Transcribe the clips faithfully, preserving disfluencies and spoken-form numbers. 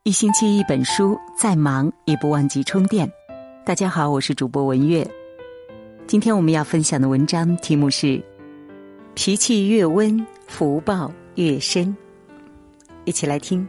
一星期一本书，再忙也不忘记充电。大家好，我是主播文月。今天我们要分享的文章题目是脾气越温，福报越深。一起来听。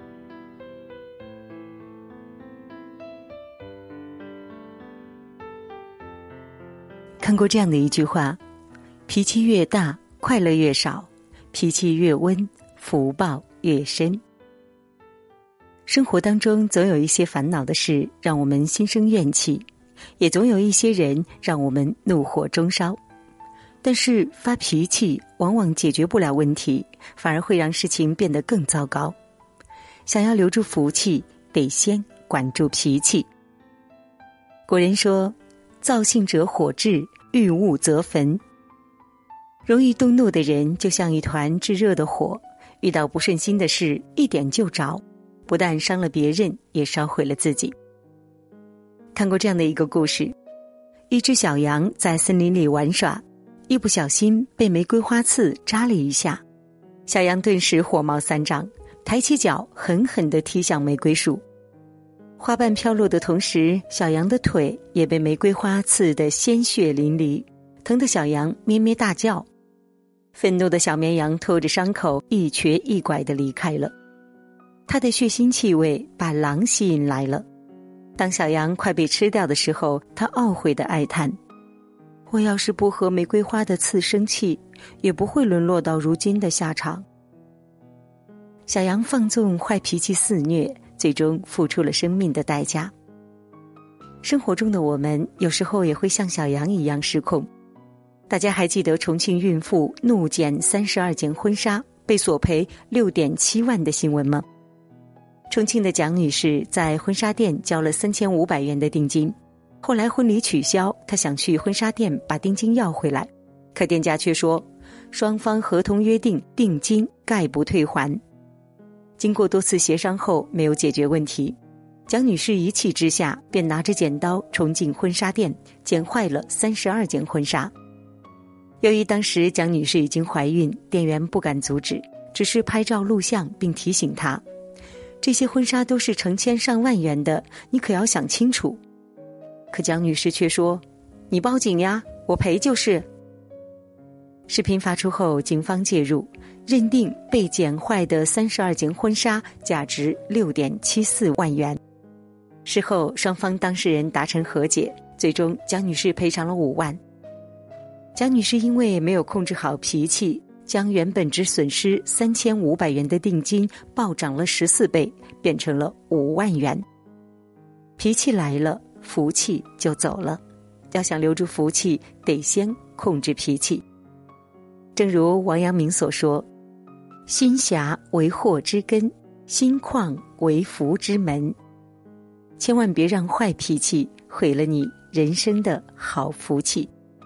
看过这样的一句话，脾气越大，快乐越少；脾气越温，福报越深。生活当中总有一些烦恼的事让我们心生怨气，也总有一些人让我们怒火中烧。但是发脾气往往解决不了问题，反而会让事情变得更糟糕。想要留住福气，得先管住脾气。古人说，躁性者火炙，遇物则焚。容易动怒的人就像一团炙热的火，遇到不顺心的事一点就着，不但伤了别人，也烧毁了自己。看过这样的一个故事，一只小羊在森林里玩耍，一不小心被玫瑰花刺扎了一下，小羊顿时火冒三丈，抬起脚狠狠地踢向玫瑰树。花瓣飘落的同时，小羊的腿也被玫瑰花刺得鲜血淋漓，疼得小羊咩咩大叫。愤怒的小绵羊拖着伤口一瘸一拐地离开了。它的血腥气味把狼吸引来了。当小羊快被吃掉的时候，它懊悔地哀叹，我要是不和玫瑰花的刺生气，也不会沦落到如今的下场。小羊放纵坏脾气肆虐，最终付出了生命的代价。生活中的我们有时候也会像小羊一样失控。大家还记得重庆孕妇怒捡三十二件婚纱被索赔 六点七万的新闻吗？重庆的蒋女士在婚纱店交了三千五百元的定金，后来婚礼取消，她想去婚纱店把定金要回来，可店家却说双方合同约定定金概不退还。经过多次协商后没有解决问题，蒋女士一气之下便拿着剪刀冲进婚纱店，剪坏了三十二件婚纱。由于当时蒋女士已经怀孕，店员不敢阻止，只是拍照录像并提醒她，这些婚纱都是成千上万元的，你可要想清楚。可蒋女士却说，你报警呀，我赔就是。视频发出后，警方介入，认定被剪坏的三十二件婚纱价值 六点七四万元。事后双方当事人达成和解，最终蒋女士赔偿了五万。蒋女士因为没有控制好脾气，将原本只损失三千五百元的定金暴涨了十四倍，变成了五万元。脾气来了，福气就走了。要想留住福气，得先控制脾气。正如王阳明所说，心狭为祸之根，心旷为福之门。千万别让坏脾气毁了你人生的好福气。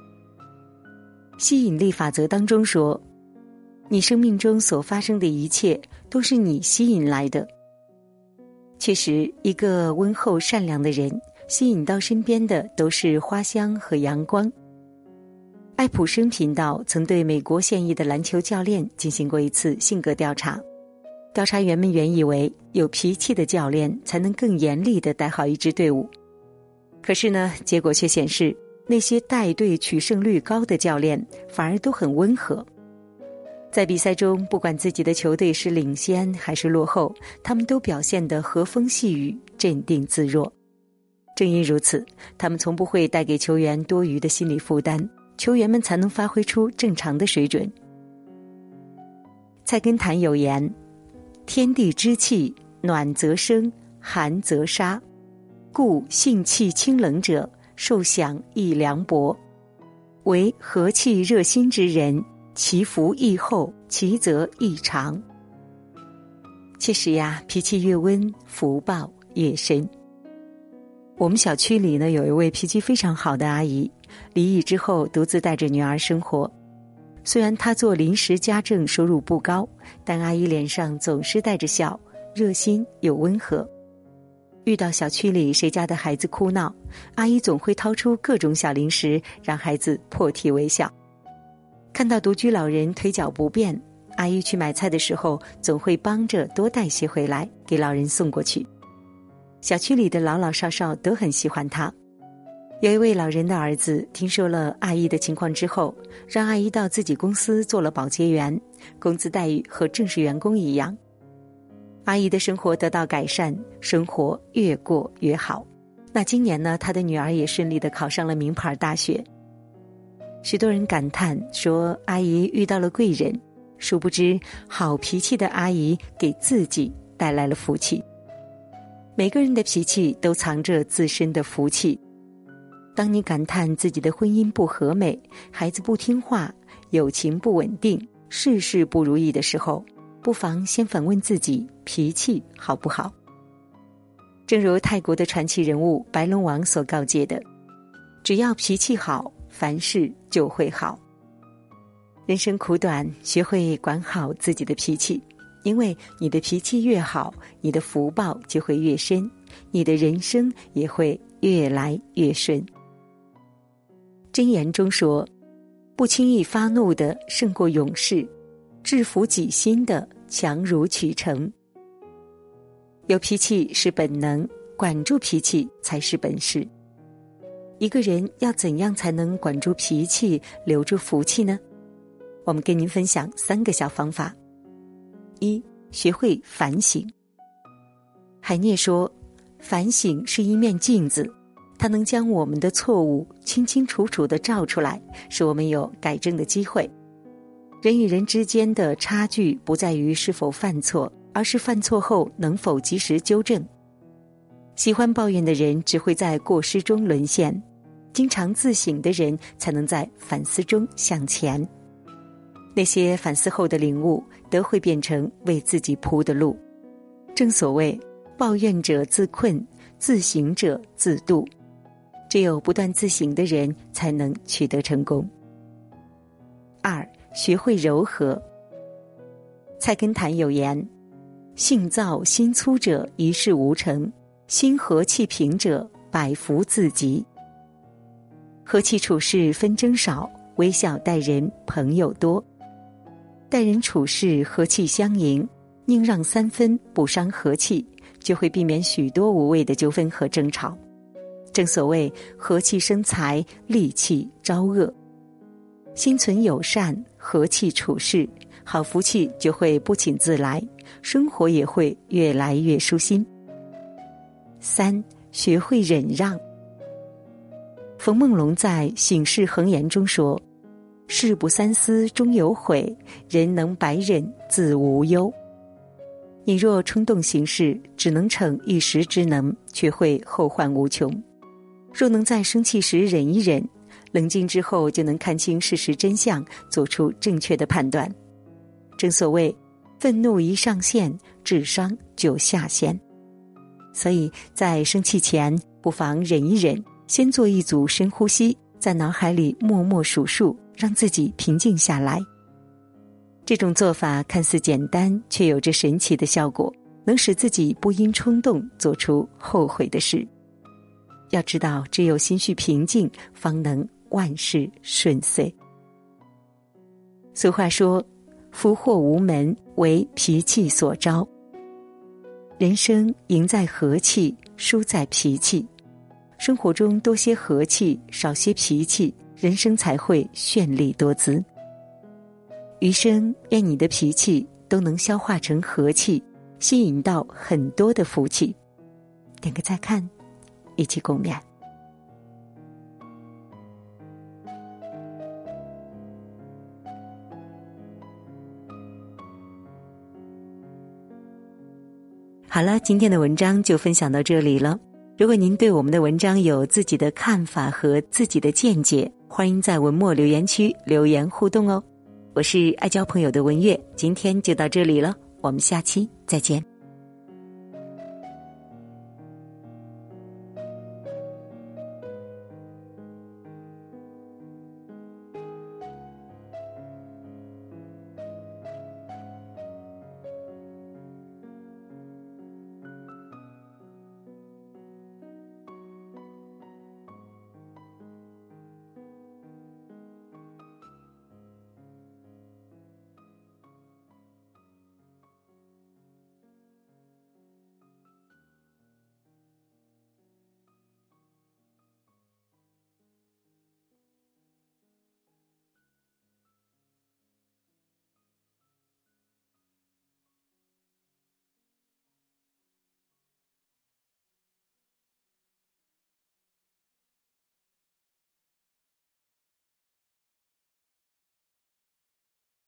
吸引力法则当中说，你生命中所发生的一切都是你吸引来的。确实，一个温厚善良的人吸引到身边的都是花香和阳光。爱普生频道曾对美国现役的篮球教练进行过一次性格调查，调查员们原以为有脾气的教练才能更严厉地带好一支队伍，可是呢，结果却显示那些带队取胜率高的教练反而都很温和。在比赛中，不管自己的球队是领先还是落后，他们都表现得和风细雨，镇定自若。正因如此，他们从不会带给球员多余的心理负担，球员们才能发挥出正常的水准。菜根谭有言，天地之气，暖则生，寒则杀，故性气清冷者受享亦凉薄，为和气热心之人，其福亦厚，其则亦长。确实呀，脾气越温，福报越深。我们小区里呢，有一位脾气非常好的阿姨，离异之后独自带着女儿生活。虽然她做临时家政收入不高，但阿姨脸上总是带着笑，热心又温和。遇到小区里谁家的孩子哭闹，阿姨总会掏出各种小零食，让孩子破涕为笑。看到独居老人腿脚不便， 阿姨去买菜的时候总会帮着多带些回来给老人送过去。小区里的老老少少都很喜欢她。有一位老人的儿子听说了阿姨的情况之后，让阿姨到自己公司做了保洁员，工资待遇和正式员工一样。阿姨的生活得到改善，生活越过越好。那今年呢，她的女儿也顺利地考上了名牌大学。许多人感叹说阿姨遇到了贵人，殊不知好脾气的阿姨给自己带来了福气。每个人的脾气都藏着自身的福气。当你感叹自己的婚姻不和美，孩子不听话，友情不稳定，事事不如意的时候，不妨先反问自己脾气好不好。正如泰国的传奇人物白龙王所告诫的，只要脾气好，凡事就会好。人生苦短，学会管好自己的脾气，因为你的脾气越好，你的福报就会越深，你的人生也会越来越顺。箴言中说，不轻易发怒的胜过勇士，制服己心的强如取成。有脾气是本能，管住脾气才是本事。一个人要怎样才能管住脾气，留住福气呢？我们跟您分享三个小方法。一，学会反省。海涅说，反省是一面镜子，它能将我们的错误清清楚楚地照出来，使我们有改正的机会。人与人之间的差距不在于是否犯错，而是犯错后能否及时纠正。喜欢抱怨的人只会在过失中沦陷，经常自省的人才能在反思中向前。那些反思后的领悟都会变成为自己铺的路。正所谓，抱怨者自困，自省者自渡。只有不断自省的人才能取得成功。二，学会柔和。菜根谭有言，性躁心粗者一事无成，心和气平者百福自集。和气处事纷争少，微笑待人朋友多。待人处事和气相迎，宁让三分不伤和气，就会避免许多无谓的纠纷和争吵。正所谓，和气生财，戾气招恶。心存友善，和气处事，好福气就会不请自来，生活也会越来越舒心。三，学会忍让。冯梦龙在《醒世恒言》中说，事不三思终有悔，人能百忍自无忧。你若冲动行事，只能逞一时之能，却会后患无穷。若能在生气时忍一忍，冷静之后就能看清事实真相，做出正确的判断。正所谓，愤怒一上线，智商就下线。所以在生气前，不妨忍一忍，先做一组深呼吸，在脑海里默默数数，让自己平静下来。这种做法看似简单，却有着神奇的效果，能使自己不因冲动做出后悔的事。要知道，只有心绪平静，方能万事顺遂。俗话说，福祸无门，唯脾气所招。人生赢在和气，输在脾气。生活中多些和气，少些脾气，人生才会绚丽多姿。余生愿你的脾气都能消化成和气，吸引到很多的福气。点个再看，一起共勉。好了，今天的文章就分享到这里了。如果您对我们的文章有自己的看法和自己的见解，欢迎在文末留言区留言互动哦。我是爱交朋友的文月，今天就到这里了，我们下期再见。